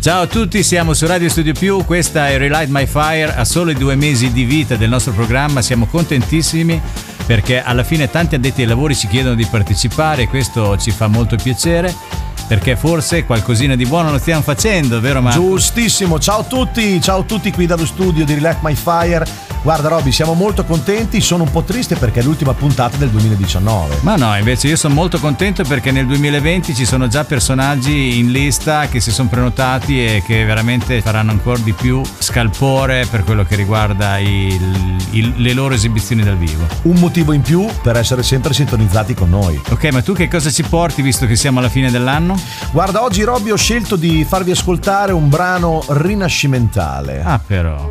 Ciao a tutti, siamo su Radio Studio Più, questa è Relight My Fire. A solo 2 mesi di vita del nostro programma siamo contentissimi perché alla fine tanti addetti ai lavori ci chiedono di partecipare e questo ci fa molto piacere, perché forse qualcosina di buono lo stiamo facendo, vero Marco? Giustissimo, ciao a tutti qui dallo studio di Relight My Fire. Guarda Robby, siamo molto contenti, sono un po' triste perché è l'ultima puntata del 2019. Ma no, invece io sono molto contento perché nel 2020 ci sono già personaggi in lista che si sono prenotati e che veramente faranno ancora di più scalpore per quello che riguarda le loro esibizioni dal vivo. Un motivo in più per essere sempre sintonizzati con noi. Ok, ma tu che cosa ci porti visto che siamo alla fine dell'anno? Guarda, oggi Robby ho scelto di farvi ascoltare un brano rinascimentale. Ah, però.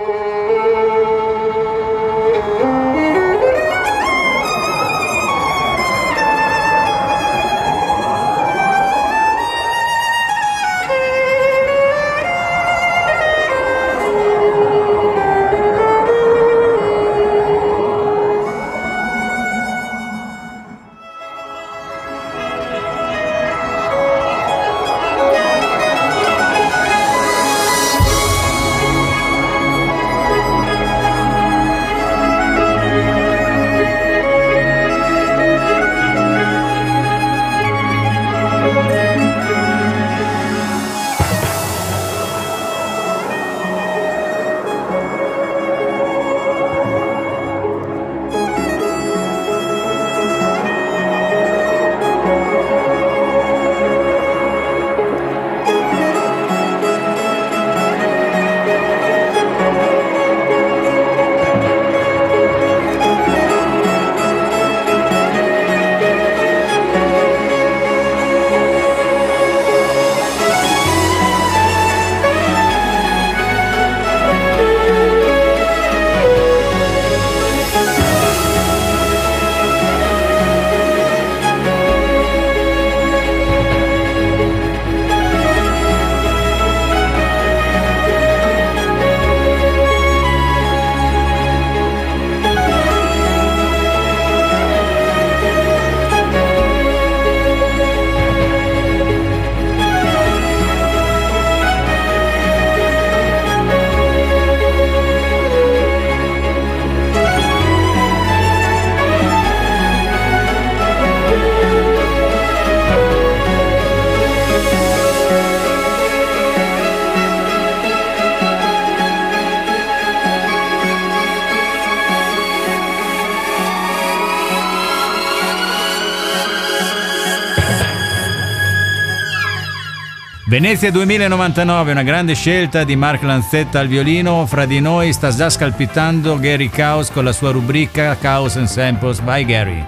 Venezia 2099, una grande scelta di Mark Lanzetta al violino. Fra di noi sta già scalpitando Gary Caos con la sua rubrica Chaos and Samples by Gary.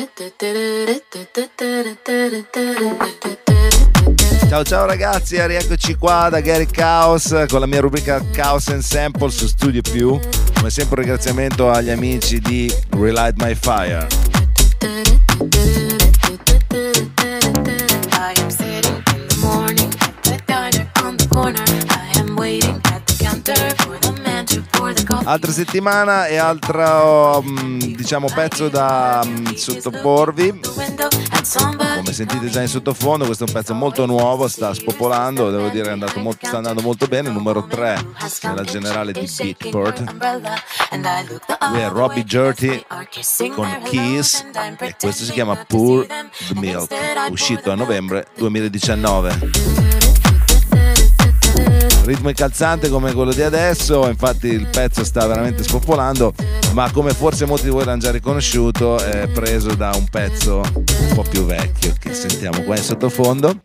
Ciao ragazzi, rieccoci qua da Gary Caos con la mia rubrica Chaos and Samples su Studio Più. Come sempre un ringraziamento agli amici di Relight My Fire. Altra settimana e altro diciamo pezzo da sottoporvi. Come sentite già in sottofondo, questo è un pezzo molto nuovo, sta spopolando, devo dire sta andando molto bene, numero 3 nella generale di Beatport. Lui è Robbie Dirty con Keys e questo si chiama Pour the Milk, uscito a novembre 2019. Ritmo incalzante come quello di adesso, infatti il pezzo sta veramente spopolando, ma come forse molti di voi l'hanno già riconosciuto è preso da un pezzo un po' più vecchio che sentiamo qua in sottofondo.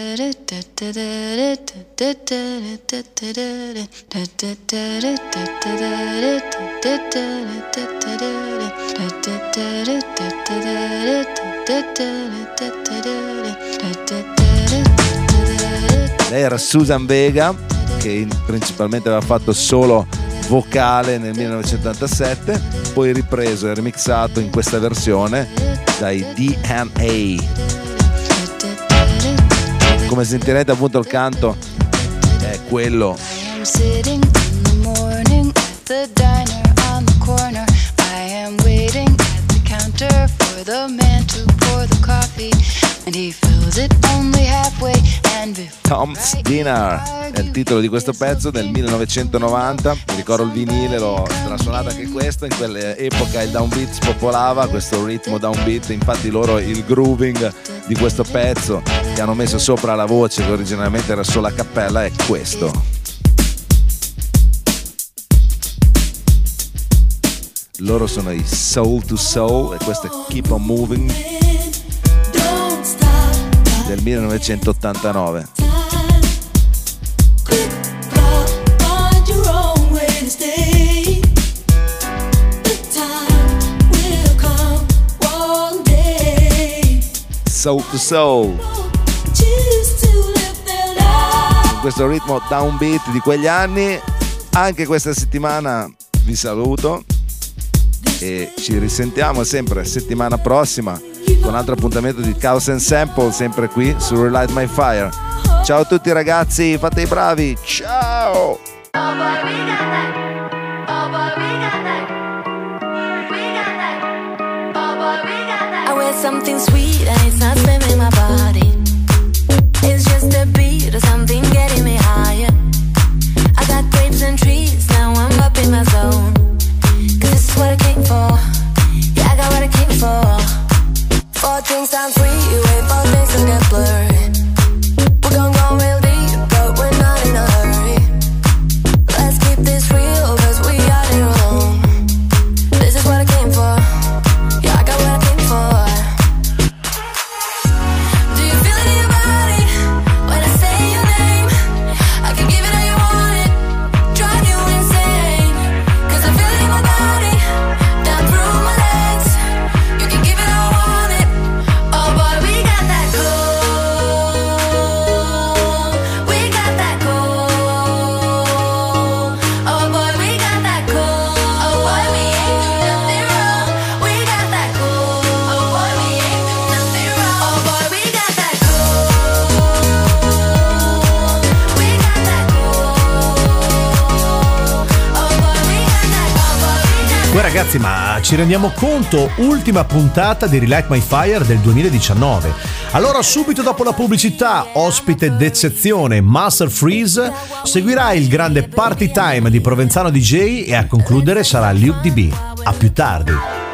Lei era Susan Vega, che principalmente aveva fatto solo vocale nel 1987, poi ripreso e remixato in questa versione dai DNA. Come sentirete appunto il canto è quello. And he fills it only halfway, and Tom's Dinner è il titolo di questo pezzo del 1990. Mi ricordo il vinile, l'ho trasuonato anche questo. In quell'epoca il downbeat spopolava, questo ritmo downbeat. Infatti loro il grooving di questo pezzo che hanno messo sopra la voce, che originalmente era solo a cappella, è questo. Loro sono i Soul to Soul e questo è Keep on Moving del 1989. Soul to Soul, in questo ritmo downbeat di quegli anni. Anche questa settimana vi saluto e ci risentiamo sempre settimana prossima con un altro appuntamento di Chaos and Sample, sempre qui su Relight My Fire. Ciao a tutti ragazzi, fate i bravi, ciao! Something sweet and it's not spamming my body. It's just a beat or something getting me higher. I got grapes and trees, now I'm up in my zone. Cause this is what I came for. Yeah, I got what I came for. 4 drinks sound sweet, wait for things to get blurry. We're gonna go real deep, but we're not in a hurry. Let's keep this real, cause we are in Rome. This is what I came for. Yeah, I got what I came for. Ragazzi, ma ci rendiamo conto? Ultima puntata di Relight My Fire del 2019. Allora, subito dopo la pubblicità, ospite d'eccezione Master Freeze, seguirà il grande Party Time di Provenzano DJ e a concludere sarà Luke DB. A più tardi.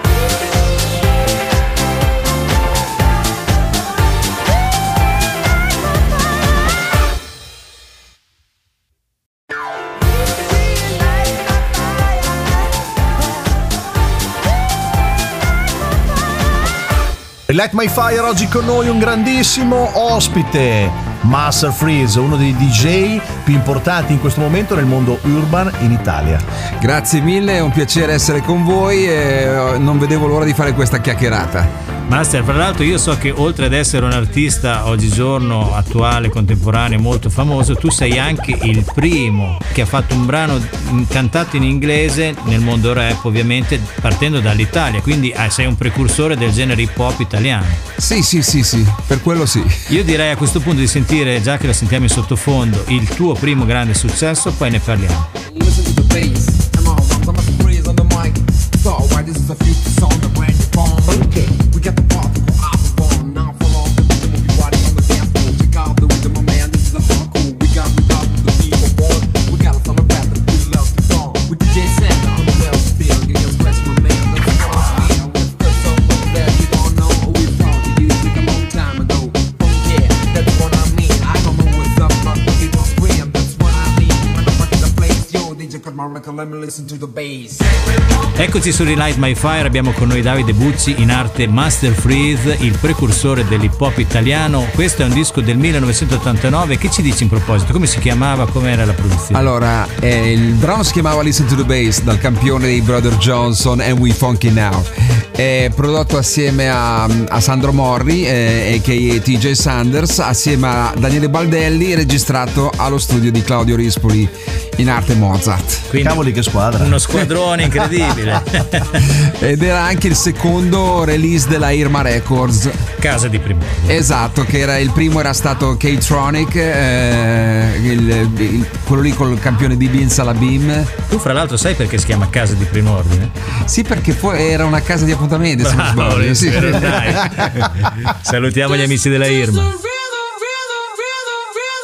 Relight My Fire, oggi con noi un grandissimo ospite, Master Freeze, uno dei DJ più importanti in questo momento nel mondo urban in Italia. Grazie mille, è un piacere essere con voi e non vedevo l'ora di fare questa chiacchierata. Master, fra l'altro io so che oltre ad essere un artista oggigiorno attuale, contemporaneo, molto famoso, tu sei anche il primo che ha fatto un brano cantato in inglese nel mondo rap, ovviamente partendo dall'Italia, quindi sei un precursore del genere hip hop italiano. Sì, per quello sì. Io direi a questo punto di sentire, già che la sentiamo in sottofondo, il tuo primo grande successo, poi ne parliamo. Listen to the bass, I'm all I'm gonna freeze on the mic. So why this is a future song, the brand new bomb. Okay, we got the party for our bomb. Now follow the rhythm of your body on the dance floor. Check out the rhythm, my man, this is a hardcore. We got the people born. We got a summer rap that we love to song. With DJ Santa on the well field, get your scratch, my man. That's the one I feel. There's so much that you don't know. We found to use it a long time ago. Oh yeah, that's what I mean. I don't know what's up, but we don't scream. That's what I mean. When I'm in the place, yo, DJ cut my record, let me listen to the bass. Eccoci su Relight My Fire, abbiamo con noi Davide Bucci, in arte Master Freeze, il precursore dell'hip hop italiano. Questo è un disco del 1989, che ci dici in proposito? Come si chiamava? Come era la produzione? Allora, il brano si chiamava Listen to the Bass, dal campione dei Brother Johnson, And We Funky Now. È prodotto assieme a Sandro Morri, a.k.a. TJ Sanders, assieme a Daniele Baldelli, registrato allo studio di Claudio Rispoli, in arte Mozart. Quindi, cavoli, che squadra! Uno squadrone incredibile. Ed era anche il secondo release della Irma Records, casa di Primordio. Esatto, che era il primo, era stato K-Tronic, quello lì col campione di Bin Salabim. Tu fra l'altro sai perché si chiama casa di Primordine? Sì, perché poi era una casa di appuntamenti. Bravo, se non sbaglio, sì. Salutiamo gli amici della Irma. This is the rhythm, rhythm, rhythm, rhythm, rhythm, rhythm, rhythm, rhythm, rhythm, rhythm, rhythm, rhythm, rhythm, rhythm, rhythm, rhythm,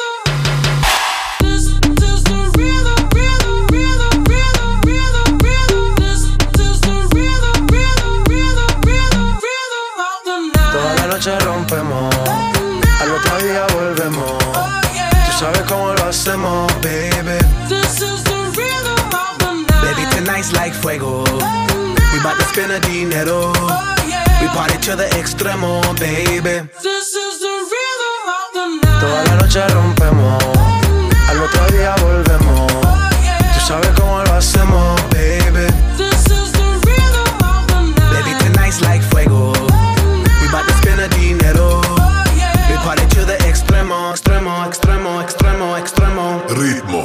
sabes cómo lo hacemos, baby. This is the rhythm of the night. Baby, tonight's like fuego. We bout to spend a dinero. We party to the extremo, baby. This is the rhythm of the night. Toda la noche rompemos, al otro día volvemos. Tú sabes cómo lo hacemos, baby. This is the rhythm of the night. Baby, tonight's like fuego. We bout to spend a dinero. We party to the extremo, extremo, extremo, extremo, extremo. Ritmo.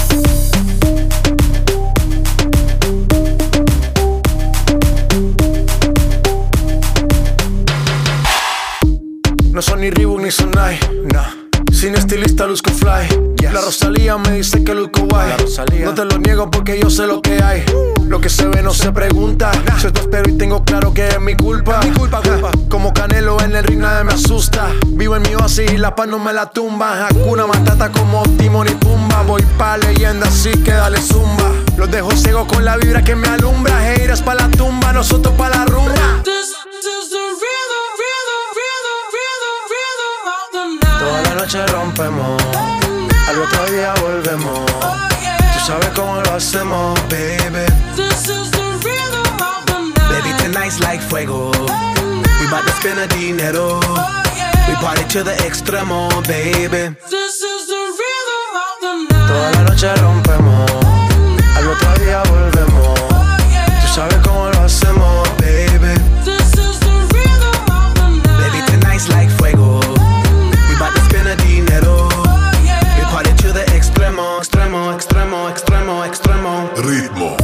No son ni Reebok ni Sonai, nah. Sin estilista luzco fly. La Rosalía me dice que luzco guay. No te lo niego porque yo sé lo que hay. Lo que se ve no se pregunta. Yo te espero y tengo claro que es mi culpa. Como Canelo en el ring nadie me asusta. Vivo en mi oasis y la paz no me la tumba. Hakuna Matata como Timon y Pumba. Voy pa' leyenda así que dale zumba. Los dejo ciego con la vibra que me alumbra. Haters pa' la tumba, nosotros pa' la rumba. This is the rhythm, rhythm, rhythm, rhythm, rhythm of the night. Toda la noche rompemos, al otro día volvemos. Tú sabes cómo lo hacemos, baby. This is the rhythm of the night. Baby, tonight's like fuego. We bout to spend a dinero. We party to the extremo, baby. This is the rhythm of the night. Toda la noche rompemos, al otro día volvemos. Tú sabes cómo lo hacemos, baby. This is the rhythm of the night. Baby, tonight's like fuego. We bout to spend a dinero. We party to the extremo, extremo, extremo, extremo, extremo. Ritmo.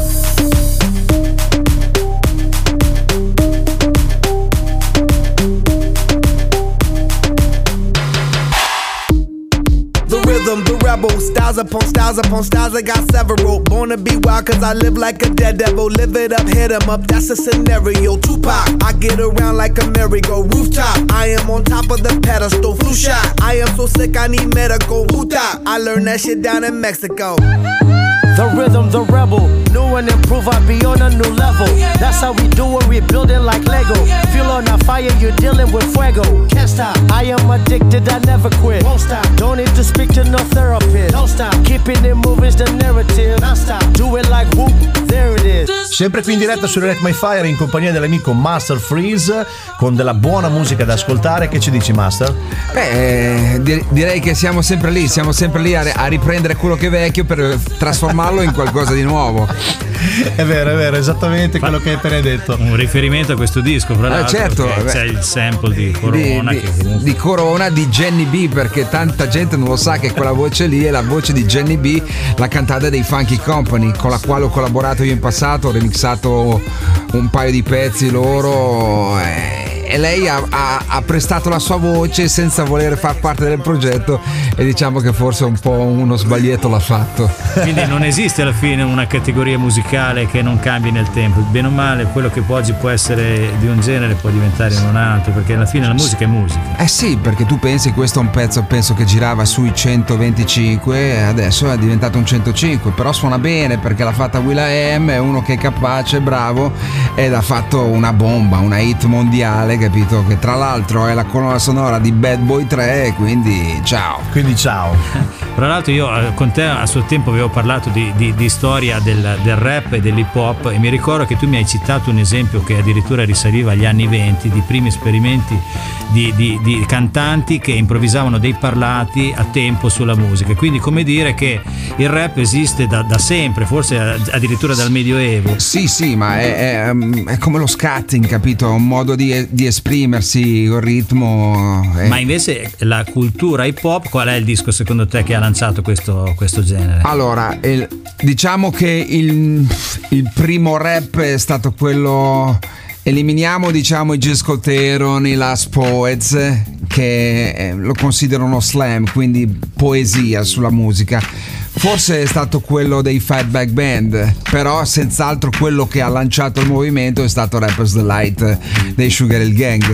The rebel, styles upon styles upon styles, I got several. Born to be wild cause I live like a dead devil. Live it up, hit 'em up, that's a scenario. Tupac, I get around like a merry-go. Rooftop, I am on top of the pedestal. Flu shot, I am so sick I need medical. Hootop, I learned that shit down in Mexico. The rhythm, the rebel, new and improve, I be on a new level. That's how we do it, we build it like Lego. Feel on a fire, you're dealing with fuego. Can't stop, I am addicted, I never quit. Won't stop, don't need to speak to no therapist. Don't stop, keeping it moving's the narrative. Don't stop, do it like whoop, there it is. Sempre qui in diretta su Relight My Fire in compagnia dell'amico Master Freeze con della buona musica da ascoltare. Che ci dici, Master? Direi che siamo sempre lì a riprendere quello che è vecchio per trasformarlo in qualcosa di nuovo. È vero, esattamente quello che hai appena detto. Un riferimento a questo disco, fra l'altro, certo, c'è il sample di Corona di Corona, di Jenny B, perché tanta gente non lo sa che quella voce lì è la voce di Jenny B, la cantante dei Funky Company, con la quale ho collaborato io in passato, ho remixato un paio di pezzi loro e lei ha prestato la sua voce senza voler far parte del progetto e diciamo che forse un po' uno sbaglietto l'ha fatto. Quindi non esiste alla fine una categoria musicale che non cambi nel tempo, bene o male quello che oggi può essere di un genere può diventare in un altro, perché alla fine la musica è musica. Sì, perché tu pensi questo è un pezzo penso che girava sui 125, adesso è diventato un 105, però suona bene perché l'ha fatta will.i.am, è uno che è capace, bravo, ed ha fatto una bomba, una hit mondiale, capito? Che tra l'altro è la colonna sonora di Bad Boy 3, quindi ciao. Tra l'altro io con te a suo tempo avevo parlato di storia del rap e dell'hip hop e mi ricordo che tu mi hai citato un esempio che addirittura risaliva agli anni 20 di primi esperimenti di cantanti che improvvisavano dei parlati a tempo sulla musica, quindi come dire che il rap esiste da sempre, forse addirittura dal Medioevo. Sì, ma è come lo scatting, capito? Un modo di esprimersi col ritmo. Ma invece la cultura hip hop, qual è il disco secondo te che ha lanciato questo genere? Allora, diciamo che il primo rap è stato quello. Eliminiamo diciamo i Jazz Colteron, i Last Poets che lo considerano slam, quindi poesia sulla musica. Forse è stato quello dei Fatback Band, però senz'altro quello che ha lanciato il movimento è stato Rapper's Delight dei Sugar Hill Gang.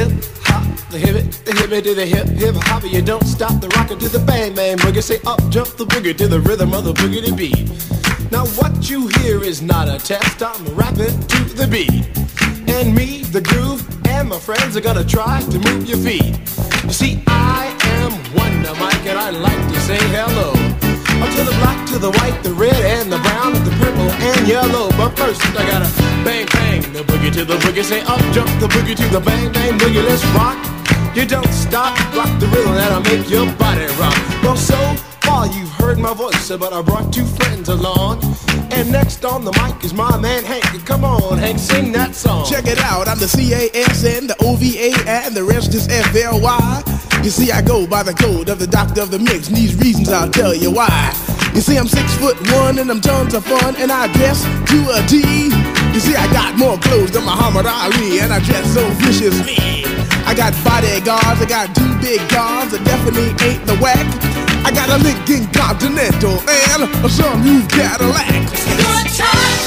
The hip to the hip hop, you don't stop the rocker to the bang bang boogie. Say up jump the boogie to the rhythm of the boogie to beat. Now what you hear is not a test, I'm rapping to the beat. And me, the groove, and my friends are gonna try to move your feet. You see, I am am Wonder Mike, and I'd like to say hello to the black, to the white, the red, and the brown, the purple, and yellow. But first, I gotta bang, bang, the boogie to the boogie. Say up, jump the boogie to the bang, bang, boogie. Let's rock. You don't stop, rock the rhythm that'll make your body rock. Well, so far you've heard my voice, but I brought two friends along. And next on the mic is my man Hank. Come on, Hank, sing that song. Check it out, I'm the CASN, the OVA, and the rest is FLY. You see, I go by the code of the doctor of the mix, and these reasons I'll tell you why. You see, I'm 6'1" and I'm tons of fun, and I dress to a T. You see, I got more clothes than Muhammad Ali, and I dress so viciously. I got bodyguards, I got two big guns, that definitely ain't the whack. I got a Lincoln Continental and some new Cadillac. Good times.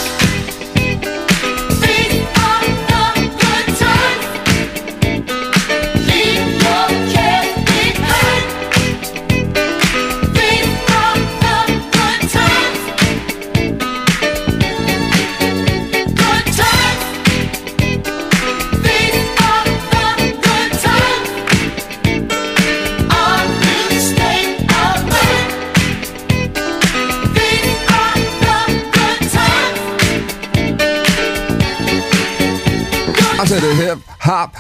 These are the good times. Leave your cares behind. These are the good times. Good times. These are the good times. Our new state of mind. These are the good times. I said a hip hop,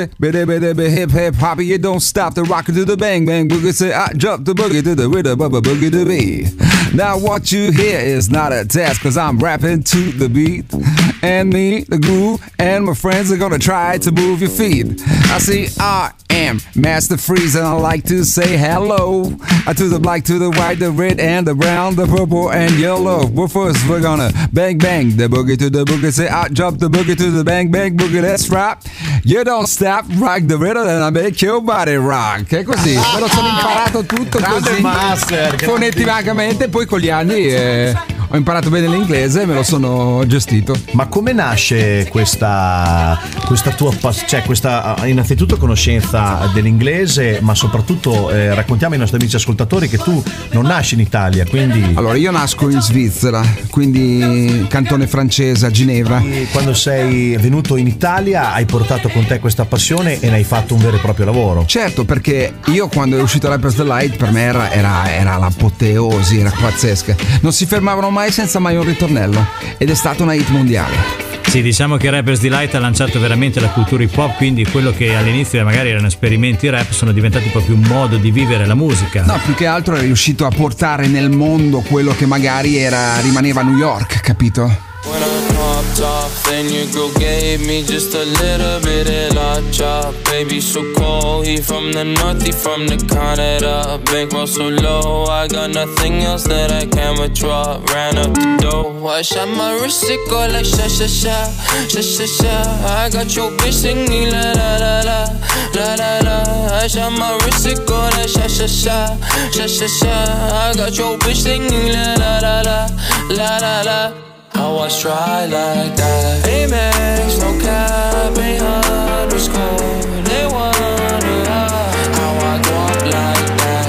baby, hip hip hop. You don't stop the rocker to the bang bang boogie. Say I jump the boogie to the rhythm of a boogie to be. Now what you hear is not a test, cause I'm rapping to the beat. And me, the groove, and my friends are gonna try to move your feet. I see I am Master Freeze, and I like to say hello to the black, to the white, the red, and the brown, the purple, and yellow. But first we're gonna bang bang the boogie to the boogie. Say I jump the boogie to the bang bang boogie. That's right. You don't stop, rock the rhythm, and I make your body rock. È così, me lo sono imparato tutto così foneticamente, poi con gli anni ho imparato bene l'inglese e me lo sono gestito. Ma come nasce questa tua cioè questa innanzitutto conoscenza dell'inglese, ma soprattutto raccontiamo ai nostri amici ascoltatori che tu non nasci in Italia, quindi... Allora, io nasco in Svizzera, quindi cantone francese a Ginevra. E quando sei venuto in Italia hai portato con te questa passione e ne hai fatto un vero e proprio lavoro. Certo, perché io quando è uscito Rapper's Delight per me era l'apoteosi, era pazzesca. Non si fermavano mai senza mai un ritornello ed è stata una hit mondiale. Sì, diciamo che Rapper's Delight ha lanciato veramente la cultura hip hop, quindi quello che all'inizio magari erano esperimenti rap sono diventati proprio un modo di vivere la musica. No, più che altro è riuscito a portare nel mondo quello che magari rimaneva a New York, capito? When I popped off, then your girl gave me just a little bit of la chop. Baby so cold, he from the north, he from the Canada. Bankroll so low, I got nothing else that I can withdraw. Ran up the dough, I shot my wrist, it go like sha sha sha, sha sha sha. I got your bitch singing la la la la, la la la. I shot my wrist, it go like sha sha sha, sha sha sha. I got your bitch singing la la la la, la la la. I was try like that. Amex, no cap, ain't underscore. They wonder how I go up like that.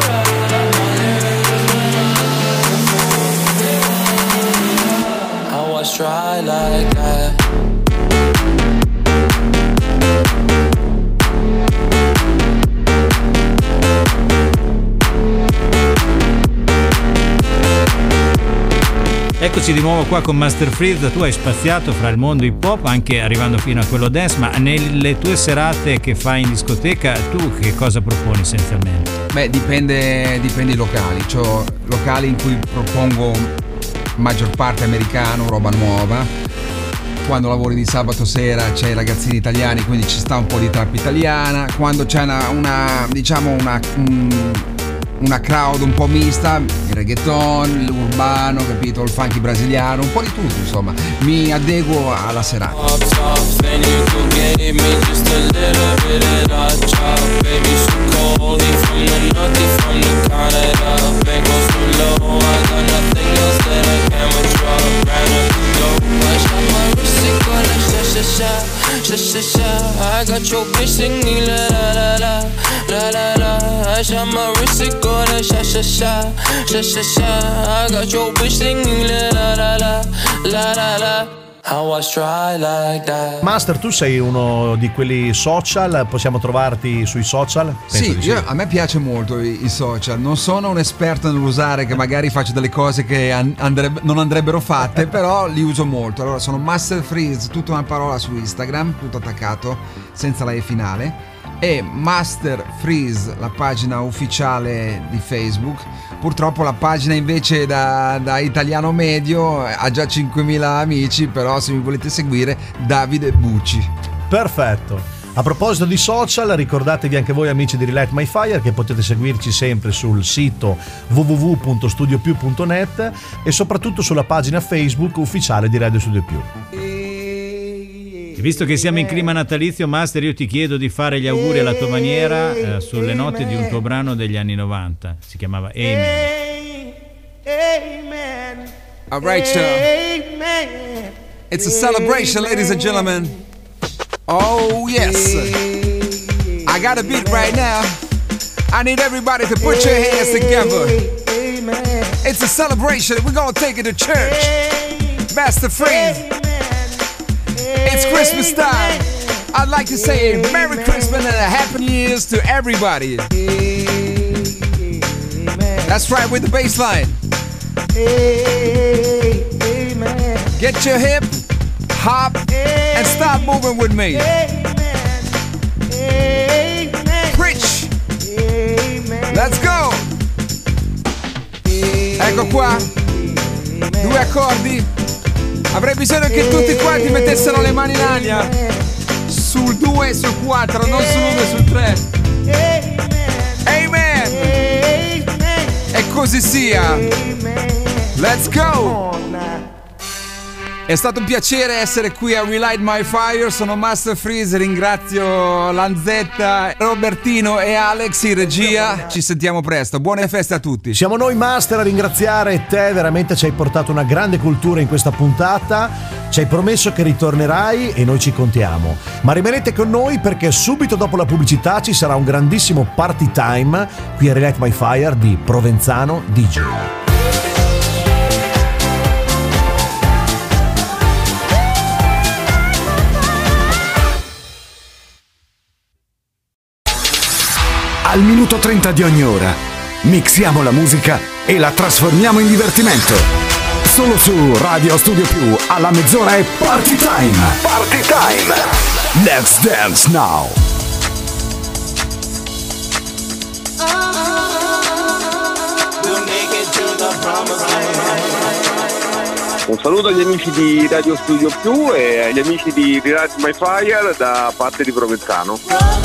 I was try like that. Eccoci di nuovo qua con Master Freeze. Tu hai spaziato fra il mondo hip hop, anche arrivando fino a quello dance, ma nelle tue serate che fai in discoteca tu che cosa proponi essenzialmente? Beh, dipende i locali. C'ho locali in cui propongo maggior parte americano, roba nuova. Quando lavori di sabato sera c'è i ragazzini italiani, quindi ci sta un po' di trap italiana. Quando c'è una crowd un po' mista, il reggaeton, l'urbano, capito, il funky brasiliano, un po' di tutto, insomma, mi adeguo alla serata. I got your bitch singing la la la la, la la la. I shot my wrist, it go like sha sha sha, sha sha sha. I got your bitch singing la la la la, la la la. I was dry like that. Master, tu sei uno di quelli social, possiamo trovarti sui social? Penso di sì. A me piace molto i social, non sono un esperto nell'usare, che magari faccio delle cose che non andrebbero fatte, però li uso molto. Allora sono Master Freeze, tutta una parola su Instagram, tutto attaccato, senza la E finale, e Master Freeze, la pagina ufficiale di Facebook. Purtroppo la pagina invece da italiano medio ha già 5.000 amici, però se mi volete seguire, Davide Bucci. Perfetto. A proposito di social, ricordatevi anche voi amici di Relight My Fire che potete seguirci sempre sul sito www.studiopiù.net e soprattutto sulla pagina Facebook ufficiale di Radio Studio Più. Visto che siamo in clima natalizio, Master, io ti chiedo di fare gli auguri alla tua maniera sulle note di un tuo brano degli anni 90. Si chiamava Amen. All right, it's a celebration, ladies and gentlemen. Oh, yes. I got a beat right now. I need everybody to put your hands together. It's a celebration. We're going to take it to church. Master Freeze. It's Christmas time. I'd like to say Merry Christmas and a Happy New Year's to everybody. That's right, with the bass line. Get your hip, hop, and start moving with me. Preach. Let's go. Ecco qua. 2 accordi. Avrei bisogno che tutti quanti mettessero le mani in aria. Sul 2 e sul 4, non sull'1 e sul 3. Amen. E così sia. Let's go. È stato un piacere essere qui a Relight My Fire. Sono Master Freeze, ringrazio Lanzetta, Robertino e Alex in regia. Ci sentiamo presto, buone feste a tutti. Siamo noi Master a ringraziare te, veramente ci hai portato una grande cultura in questa puntata. Ci hai promesso che ritornerai e noi ci contiamo. Ma rimanete con noi perché subito dopo la pubblicità ci sarà un grandissimo party time qui a Relight My Fire di Provenzano DJ. Al minuto 30 di ogni ora mixiamo la musica e la trasformiamo in divertimento. Solo su Radio Studio Più alla mezz'ora è Party Time. Party Time. Let's dance now. Un saluto agli amici di Radio Studio Più e agli amici di Relight My Fire da parte di Provenzano.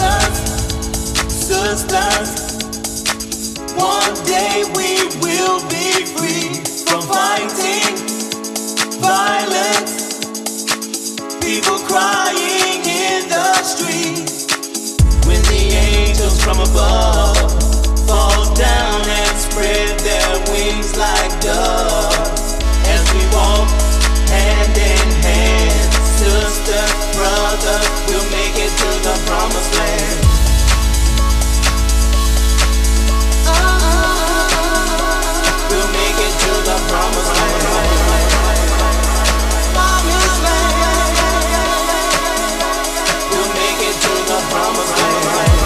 Sisters, one day we will be free from fighting violence, people crying in the streets. When the angels from above fall down and spread their wings like doves, as we walk hand in hand, sisters, brothers, we'll make it to the promised land. We'll make it to the promised land. Promised land. We'll make it to the promised land.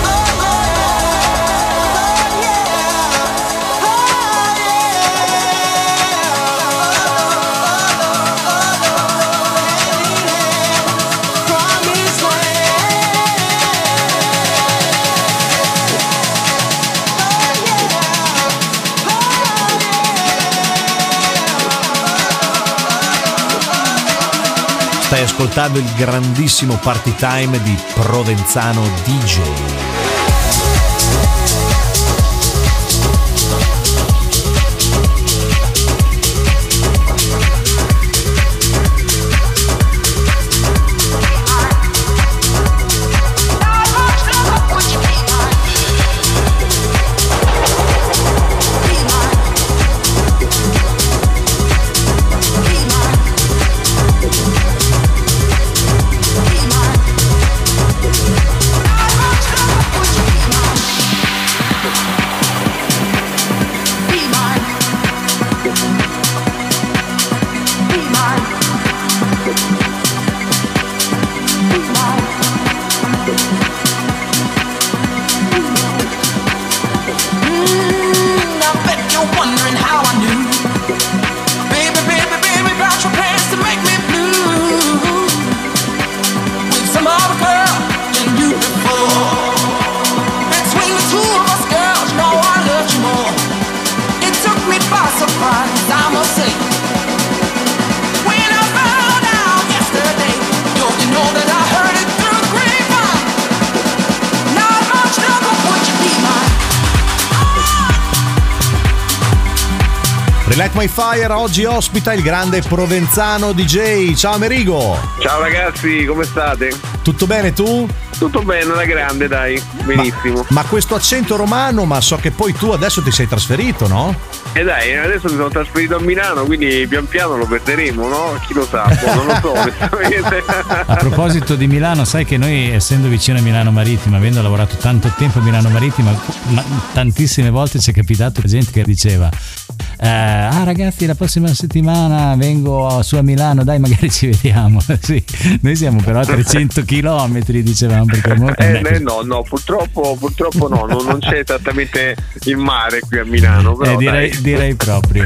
Stai ascoltando il grandissimo party time di Provenzano DJ. Relight My Fire oggi ospita il grande Provenzano DJ. Ciao Amerigo. Ciao ragazzi, come state? Tutto bene tu? Tutto bene, alla grande, dai, benissimo. Ma questo accento romano, ma so che poi tu adesso ti sei trasferito, no? Dai, adesso mi sono trasferito a Milano, quindi pian piano lo perderemo, no? Chi lo sa, non lo so, onestamente. A proposito di Milano, sai che noi, essendo vicino a Milano Marittima, avendo lavorato tanto tempo a Milano Marittima, tantissime volte ci è capitato gente che diceva ragazzi, la prossima settimana vengo su a Milano, dai, magari ci vediamo. Sì, noi siamo però a 300 chilometri, dicevamo, perché no, purtroppo no, non c'è esattamente il mare qui a Milano, però direi proprio.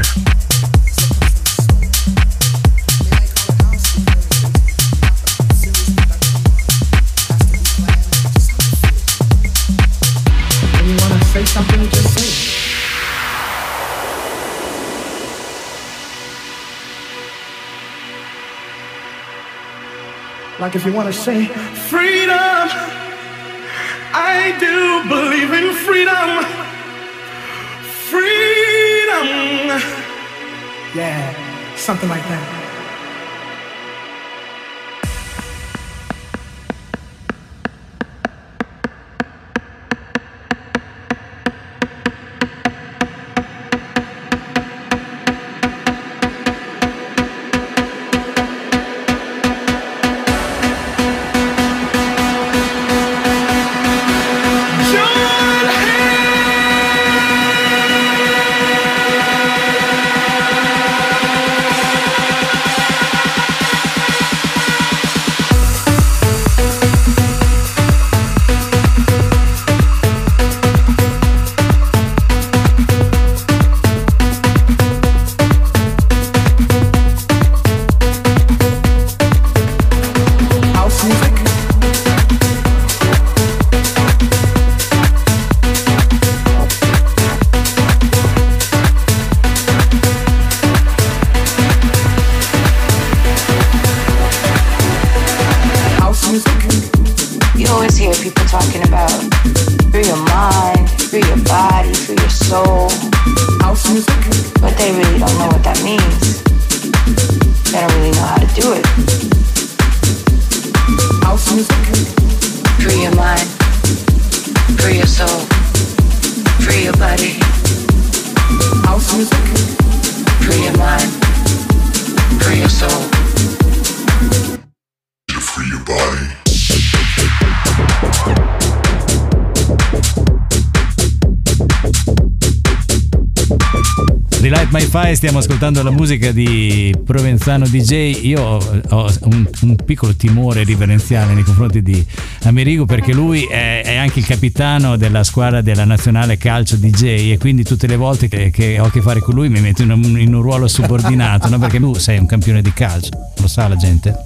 Say something, just say it. Like if you want to say freedom, I do believe in freedom. Freedom. Yeah, something like that. Relight My Fire, stiamo ascoltando la musica di Provenzano DJ. Io ho un piccolo timore riverenziale nei confronti di Amerigo, perché lui è anche il capitano della squadra della nazionale calcio DJ, e quindi tutte le volte che ho a che fare con lui mi metto in un ruolo subordinato, no? Perché tu sei un campione di calcio, lo sa la gente?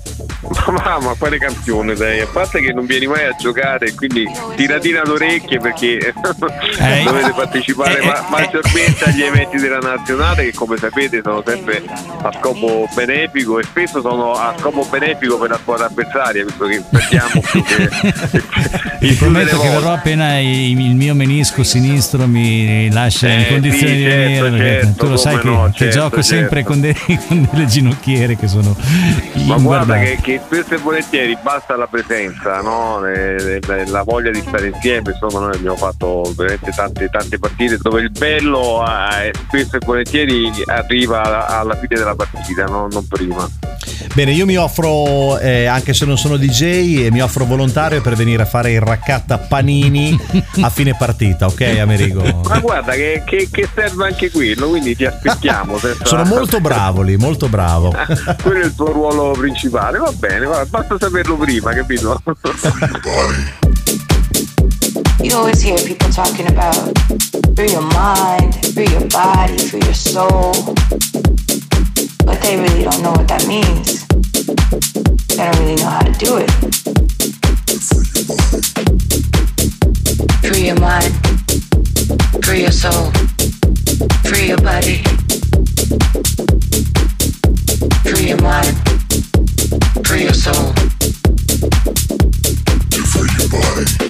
Ma quale campione, dai? A parte che non vieni mai a giocare, quindi tiratina d'orecchie, perché dovete partecipare maggiormente agli eventi della nazionale, che come sapete sono sempre a scopo benefico, e spesso sono a scopo benefico per la squadra avversaria, visto che perdiamo più che ti prometto che verrò appena il mio menisco sinistro mi lascia in condizioni di venire, perché tu lo sai che gioco sempre con delle ginocchiere che sono ma guarda che spesso e volentieri basta la presenza, no? La voglia di stare insieme. Insomma, noi abbiamo fatto veramente tante partite dove il bello spesso e volentieri arriva alla fine della partita, no? Non prima. Bene, io mi offro, anche se non sono DJ, mi offro volontario per venire a fare il raccatta panini a fine partita, ok Amerigo? Ma guarda che serve anche quello, quindi ti aspettiamo. Sono molto bravo lì, molto bravo. Quello è il tuo ruolo principale, va bene, basta saperlo prima, capito? You always hear people talking about free your mind, free your body, free your soul, but they really don't know what that means. They don't really know how to do it. Free your mind, free your soul, free your body, free your mind, free your soul, free your body.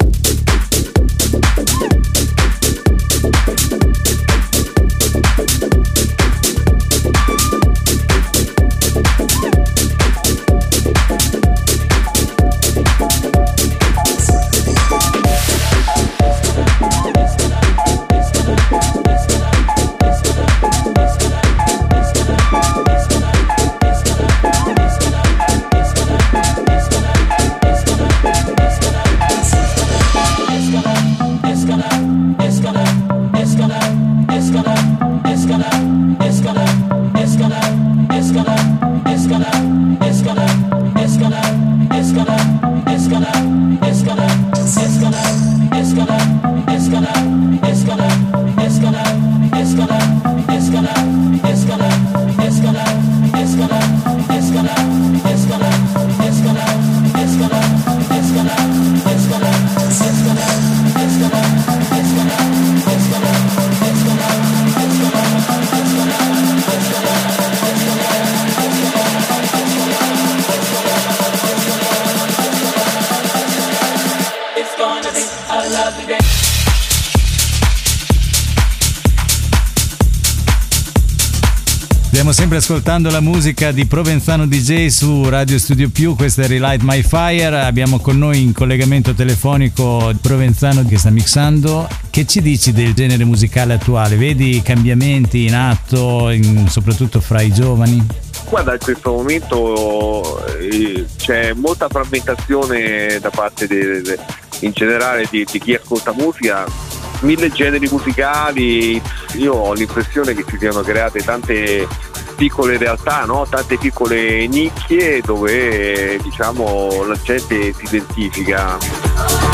Stiamo sempre ascoltando la musica di Provenzano DJ su Radio Studio Più, questa è Relight My Fire. Abbiamo con noi in collegamento telefonico Provenzano che sta mixando. Che ci dici del genere musicale attuale? Vedi cambiamenti in atto, soprattutto fra i giovani? Guarda, in questo momento c'è molta frammentazione da parte in generale di chi ascolta musica, 1000 generi musicali. Io ho l'impressione che si siano create tante piccole realtà, no? Tante piccole nicchie dove diciamo la gente si identifica.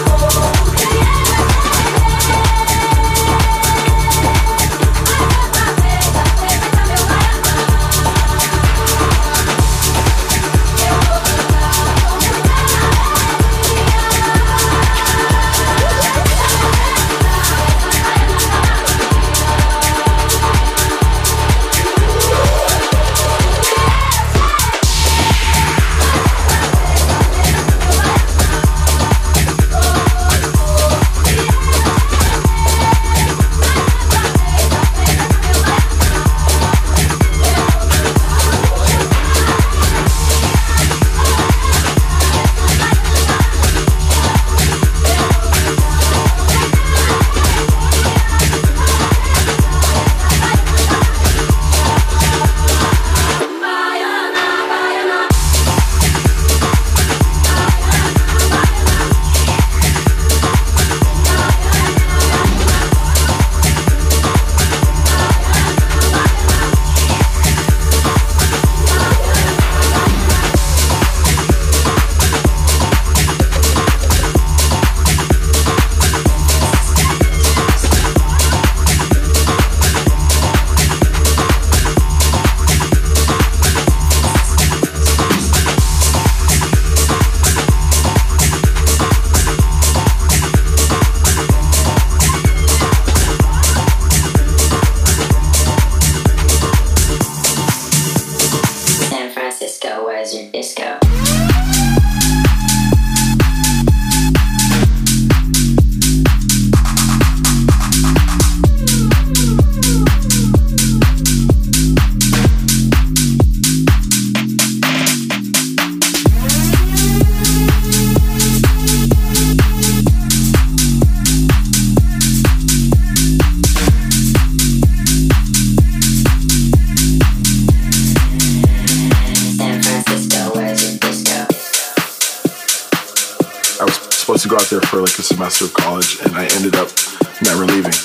To go out there for like a semester of college, and I ended up never leaving.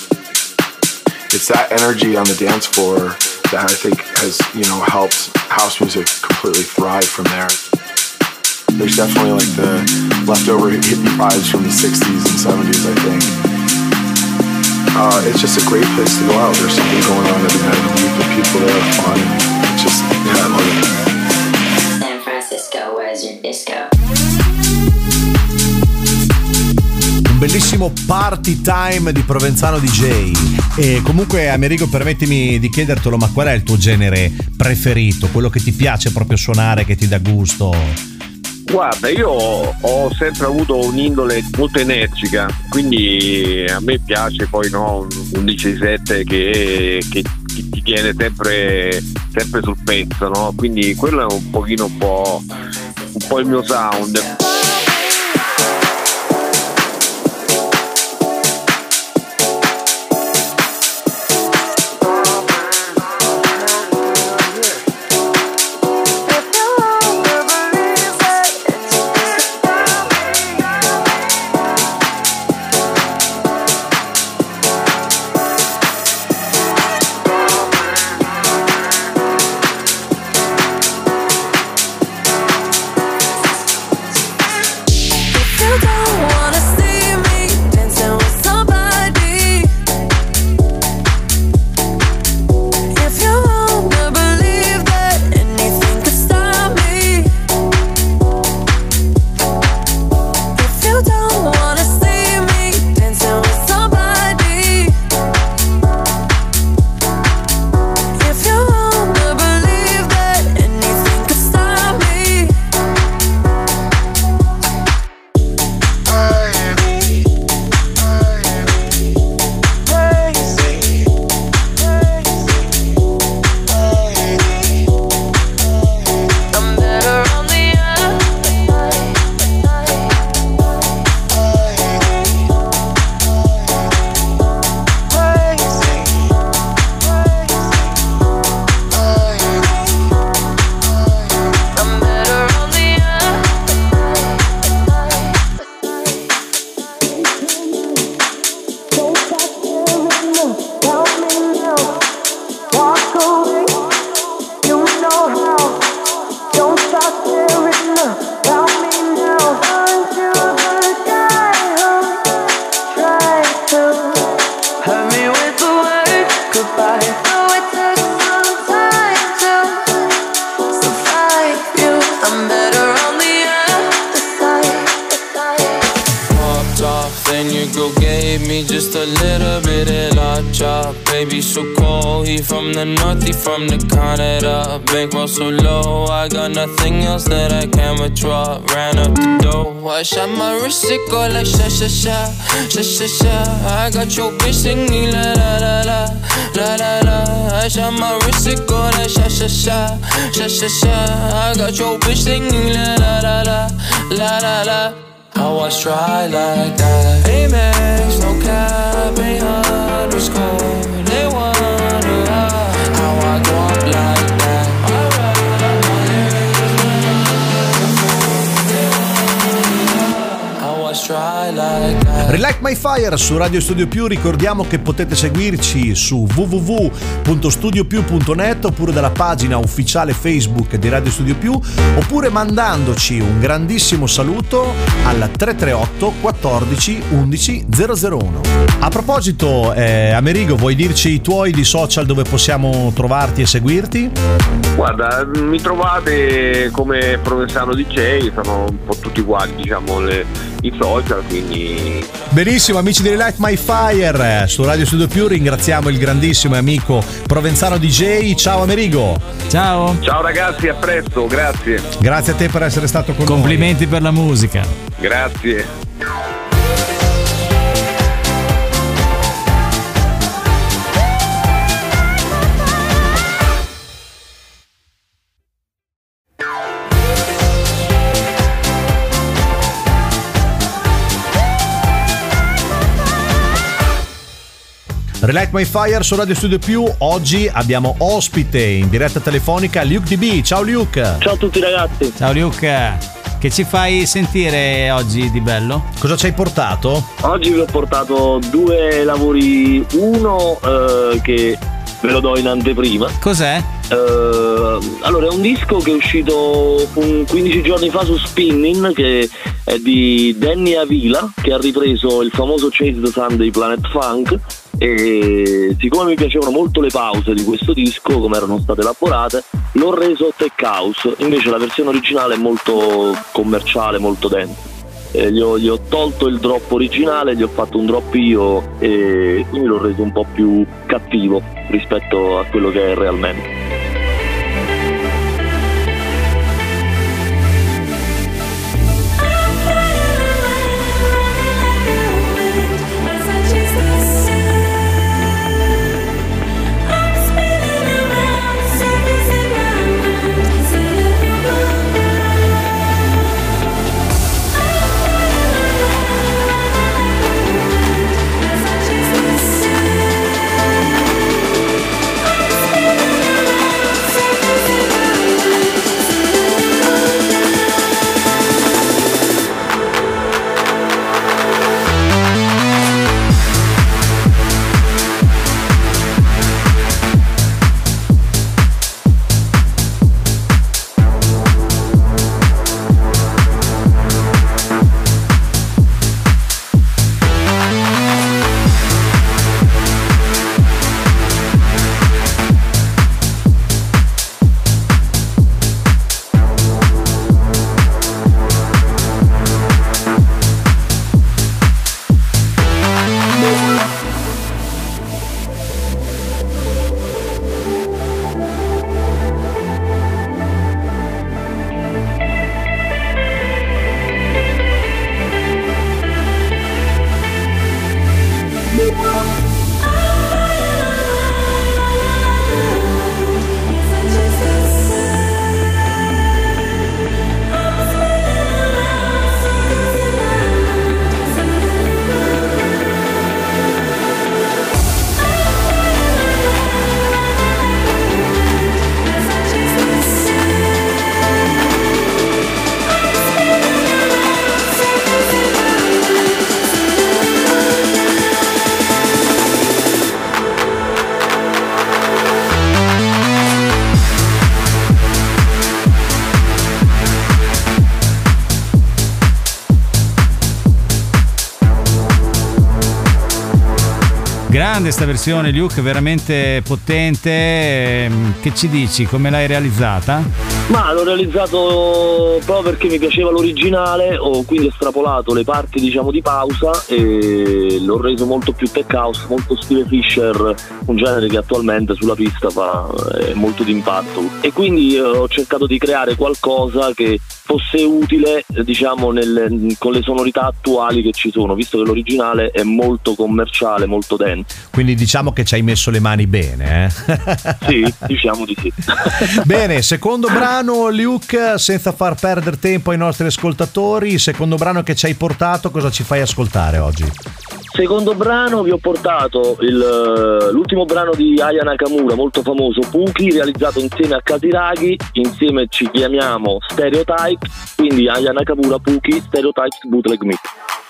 It's that energy on the dance floor that I think has, helped house music completely thrive from there. There's definitely like the leftover hippie vibes from the 60s and 70s, I think. It's just a great place to go out. There's something going on every night of the week with people that are fun. It's just, I love it. San Francisco, where's your disco? Bellissimo Party Time di Provenzano DJ. E comunque, Amerigo, permettimi di chiedertelo, ma qual è il tuo genere preferito? Quello che ti piace proprio suonare, che ti dà gusto? Guarda, io ho sempre avuto un'indole molto energica, quindi a me piace poi un DJ7 che ti tiene sempre sul pezzo, no? Quindi quello è un po' il mio sound. baby, so cold. He from the north, he from the Canada. Bankroll so low, I got nothing else that I can withdraw. Ran up the dough, I shot my wrist, it go like sha sha sha, sha sha sha. I got your bitch singing la la la la, la la la. I shot my wrist, it go like sha sha sha, sha sha sha. I got your bitch singing la la la la, la la la. I was dry like that. Amex, no cap, ain't underscore. They wonder how I go up like that. I was dry like that. Relight My Fire su Radio Studio Più. Ricordiamo che potete seguirci su www.studiopiù.net oppure dalla pagina ufficiale Facebook di Radio Studio Più, oppure mandandoci un grandissimo saluto al 338 14 11 001. A proposito, Amerigo, vuoi dirci i tuoi di social dove possiamo trovarti e seguirti? Guarda, mi trovate come Provenzano DJ, sono un po' tutti uguali, diciamo, i social, quindi... Benissimo, amici di Relight My Fire su Radio Studio Più, ringraziamo il grandissimo amico Provenzano DJ. Ciao Amerigo. Ciao. Ciao ragazzi, a presto, grazie. Grazie a te per essere stato con Complimenti per la musica. Grazie. Relight My Fire su Radio Studio Più. Oggi abbiamo ospite in diretta telefonica Luke DB. Ciao Luke. Ciao a tutti ragazzi. Ciao Luke. Che ci fai sentire oggi di bello? Cosa ci hai portato? Oggi vi ho portato due lavori, uno che ve lo do in anteprima. Cos'è? Allora è un disco che è uscito 15 giorni fa su Spinnin, che è di Danny Avila, che ha ripreso il famoso Chase the Sun dei Planet Funk. E siccome mi piacevano molto le pause di questo disco, come erano state elaborate, l'ho reso tech house. Invece la versione originale è molto commerciale, molto densa. Gli ho tolto il drop originale, gli ho fatto un drop io e quindi l'ho reso un po' più cattivo rispetto a quello che è realmente. grande sta versione, Luke, veramente potente. Che ci dici? Come l'hai realizzata? Ma l'ho realizzato proprio perché mi piaceva l'originale, ho quindi estrapolato le parti diciamo di pausa e l'ho reso molto più tech house, molto stile Fisher, un genere che attualmente sulla pista fa molto d'impatto, e quindi ho cercato di creare qualcosa che fosse utile diciamo con le sonorità attuali che ci sono, visto che l'originale è molto commerciale, molto dance. Quindi diciamo che ci hai messo le mani bene, Sì, diciamo di sì. Bene, secondo brano, Luke, senza far perdere tempo ai nostri ascoltatori, il secondo brano che ci hai portato, cosa ci fai ascoltare oggi? Secondo brano vi ho portato l'ultimo brano di Aya Nakamura, molto famoso, Puki, realizzato insieme a Kasiragi. Insieme ci chiamiamo Stereotype, quindi Aya Nakamura, Puki, Stereotypes Bootleg Mix.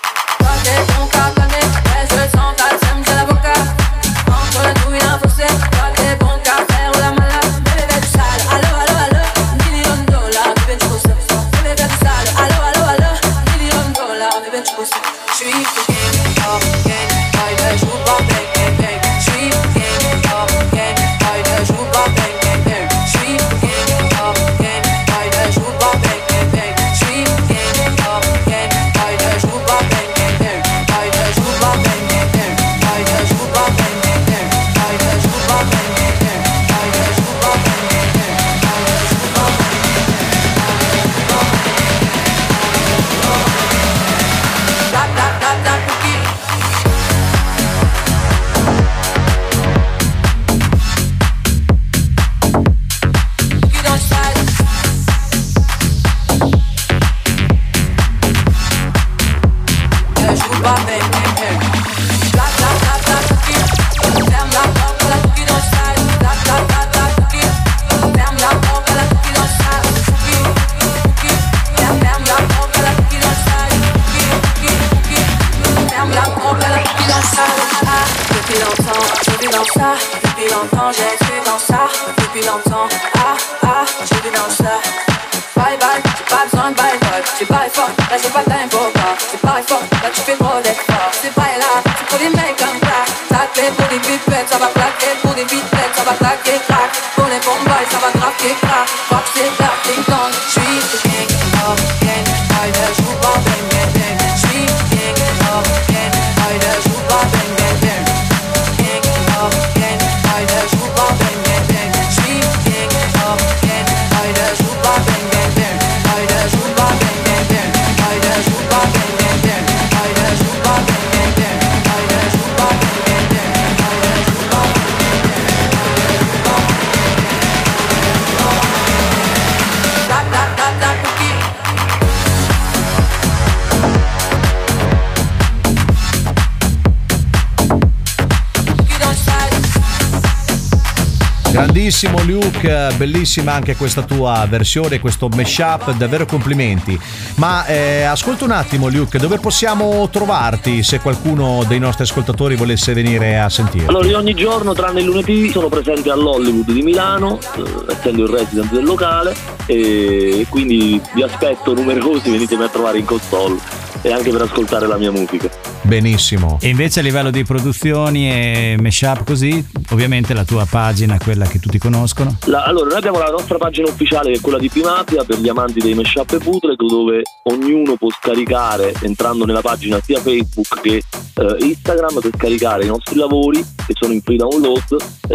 Grandissimo Luke, bellissima anche questa tua versione, questo mashup, davvero complimenti. Ma ascolta un attimo Luke, dove possiamo trovarti se qualcuno dei nostri ascoltatori volesse venire a sentire? Allora, io ogni giorno tranne il lunedì sono presente all'Hollywood di Milano, essendo il resident del locale, e quindi vi aspetto numerosi, venitemi a trovare in console e anche per ascoltare la mia musica. Benissimo. E invece a livello di produzioni e mashup così, ovviamente la tua pagina, quella che tutti conoscono? Allora, noi abbiamo la nostra pagina ufficiale che è quella di P-Mafia per gli amanti dei mashup e bootleg, dove ognuno può scaricare, entrando nella pagina sia Facebook che Instagram, per scaricare i nostri lavori che sono in free download,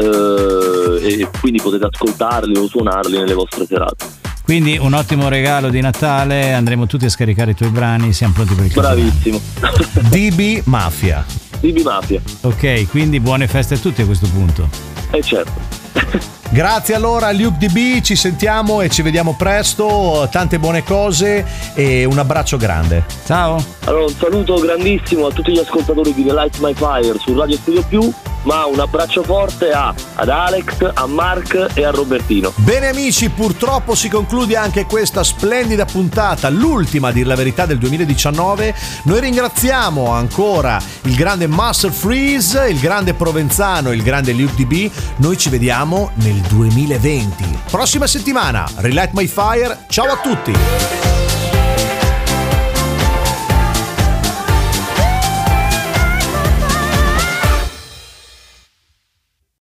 e quindi potete ascoltarli o suonarli nelle vostre serate. Quindi un ottimo regalo di Natale, andremo tutti a scaricare i tuoi brani, siamo pronti per il Bravissimo. DB Mafia. DB Mafia. Ok, quindi buone feste a tutti a questo punto. Certo. Grazie allora Luke DB, ci sentiamo e ci vediamo presto, tante buone cose e un abbraccio grande. Ciao. Allora, un saluto grandissimo a tutti gli ascoltatori di The Light My Fire su Radio Studio Più, ma un abbraccio forte ad Alex, a Mark e a Robertino. Bene amici, purtroppo si conclude anche questa splendida puntata, l'ultima a dir la verità del 2019. Noi ringraziamo ancora il grande Master Freeze, il grande Provenzano, il grande Luke DB. Noi ci vediamo nel 2020. Prossima settimana, Relight My Fire, ciao a tutti!